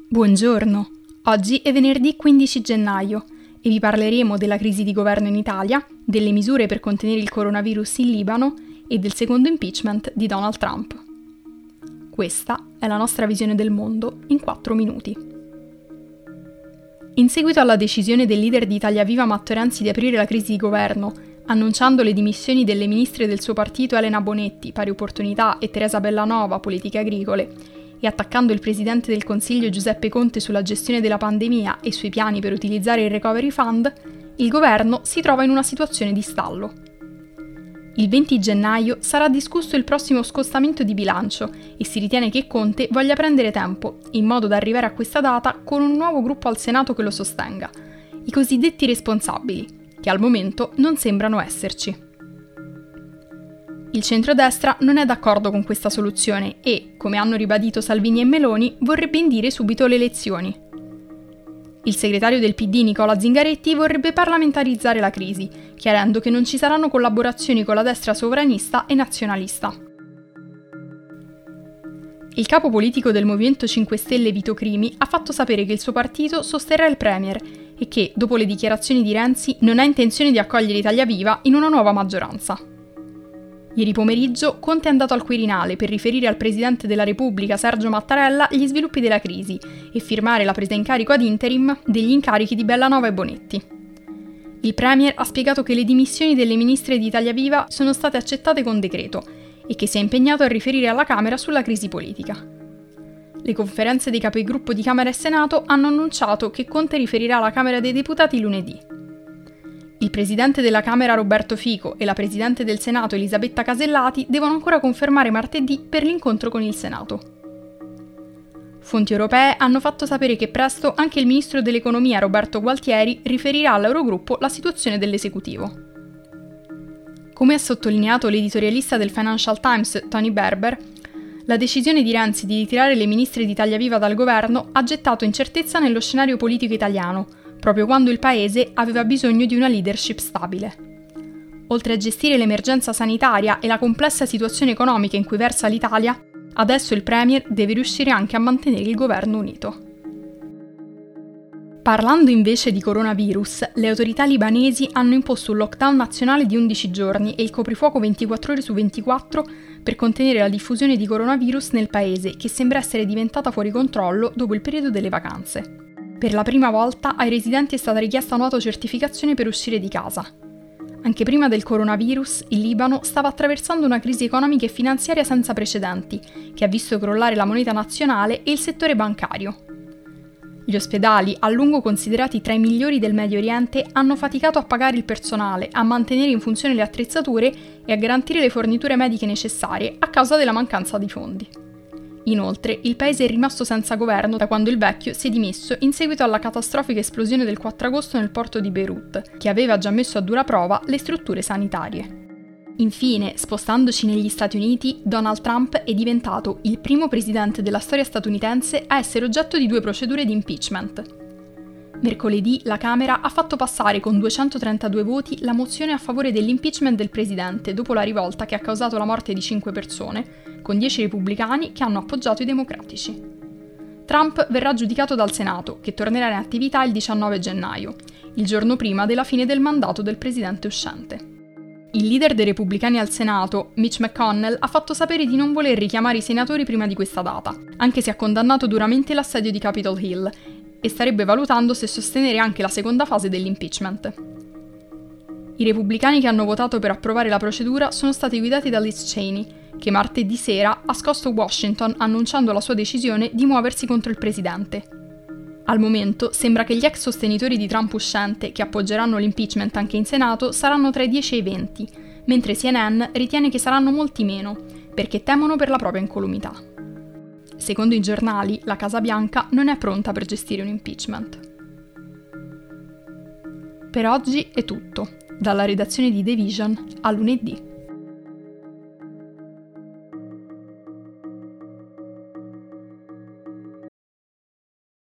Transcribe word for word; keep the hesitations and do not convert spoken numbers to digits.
Buongiorno, oggi è venerdì quindici gennaio e vi parleremo della crisi di governo in Italia, delle misure per contenere il coronavirus in Libano e del secondo impeachment di Donald Trump. Questa è la nostra visione del mondo in quattro minuti. In seguito alla decisione del leader di Italia Viva Matteo Renzi di aprire la crisi di governo, annunciando le dimissioni delle ministre del suo partito Elena Bonetti, Pari Opportunità, e Teresa Bellanova, Politiche Agricole, e attaccando il presidente del Consiglio Giuseppe Conte sulla gestione della pandemia e sui piani per utilizzare il Recovery Fund, il governo si trova in una situazione di stallo. Il venti gennaio sarà discusso il prossimo scostamento di bilancio e si ritiene che Conte voglia prendere tempo, in modo da arrivare a questa data con un nuovo gruppo al Senato che lo sostenga, i cosiddetti responsabili, che al momento non sembrano esserci. Il centrodestra non è d'accordo con questa soluzione e, come hanno ribadito Salvini e Meloni, vorrebbe indire subito le elezioni. Il segretario del P D Nicola Zingaretti vorrebbe parlamentarizzare la crisi, chiarendo che non ci saranno collaborazioni con la destra sovranista e nazionalista. Il capo politico del Movimento cinque Stelle Vito Crimi ha fatto sapere che il suo partito sosterrà il Premier e che, dopo le dichiarazioni di Renzi, non ha intenzione di accogliere Italia Viva in una nuova maggioranza. Ieri pomeriggio Conte è andato al Quirinale per riferire al Presidente della Repubblica Sergio Mattarella gli sviluppi della crisi e firmare la presa in carico ad interim degli incarichi di Bellanova e Bonetti. Il Premier ha spiegato che le dimissioni delle ministre di Italia Viva sono state accettate con decreto e che si è impegnato a riferire alla Camera sulla crisi politica. Le conferenze dei capigruppo di Camera e Senato hanno annunciato che Conte riferirà alla Camera dei Deputati lunedì. Il presidente della Camera Roberto Fico e la presidente del Senato Elisabetta Casellati devono ancora confermare martedì per l'incontro con il Senato. Fonti europee hanno fatto sapere che presto anche il ministro dell'Economia Roberto Gualtieri riferirà all'Eurogruppo la situazione dell'esecutivo. Come ha sottolineato l'editorialista del Financial Times Tony Berber, la decisione di Renzi di ritirare le ministre di Italia Viva dal governo ha gettato incertezza nello scenario politico italiano, proprio quando il paese aveva bisogno di una leadership stabile. Oltre a gestire l'emergenza sanitaria e la complessa situazione economica in cui versa l'Italia, adesso il Premier deve riuscire anche a mantenere il governo unito. Parlando invece di coronavirus, le autorità libanesi hanno imposto un lockdown nazionale di undici giorni e il coprifuoco ventiquattro ore su ventiquattro per contenere la diffusione di coronavirus nel paese, che sembra essere diventata fuori controllo dopo il periodo delle vacanze. Per la prima volta ai residenti è stata richiesta un'autocertificazione per uscire di casa. Anche prima del coronavirus, il Libano stava attraversando una crisi economica e finanziaria senza precedenti, che ha visto crollare la moneta nazionale e il settore bancario. Gli ospedali, a lungo considerati tra i migliori del Medio Oriente, hanno faticato a pagare il personale, a mantenere in funzione le attrezzature e a garantire le forniture mediche necessarie a causa della mancanza di fondi. Inoltre, il paese è rimasto senza governo da quando il vecchio si è dimesso in seguito alla catastrofica esplosione del quattro agosto nel porto di Beirut, che aveva già messo a dura prova le strutture sanitarie. Infine, spostandoci negli Stati Uniti, Donald Trump è diventato il primo presidente della storia statunitense a essere oggetto di due procedure di impeachment. Mercoledì la Camera ha fatto passare con duecentotrentadue voti la mozione a favore dell'impeachment del presidente dopo la rivolta che ha causato la morte di cinque persone, con dieci repubblicani che hanno appoggiato i democratici. Trump verrà giudicato dal Senato, che tornerà in attività il diciannove gennaio, il giorno prima della fine del mandato del presidente uscente. Il leader dei repubblicani al Senato, Mitch McConnell, ha fatto sapere di non voler richiamare i senatori prima di questa data, anche se ha condannato duramente l'assedio di Capitol Hill e starebbe valutando se sostenere anche la seconda fase dell'impeachment. I repubblicani che hanno votato per approvare la procedura sono stati guidati da Liz Cheney, che martedì sera ha scosso Washington annunciando la sua decisione di muoversi contro il presidente. Al momento sembra che gli ex sostenitori di Trump uscente, che appoggeranno l'impeachment anche in Senato, saranno tra i dieci e i venti, mentre C N N ritiene che saranno molti meno, perché temono per la propria incolumità. Secondo i giornali, la Casa Bianca non è pronta per gestire un impeachment. Per oggi è tutto. Dalla redazione di The Vision a lunedì.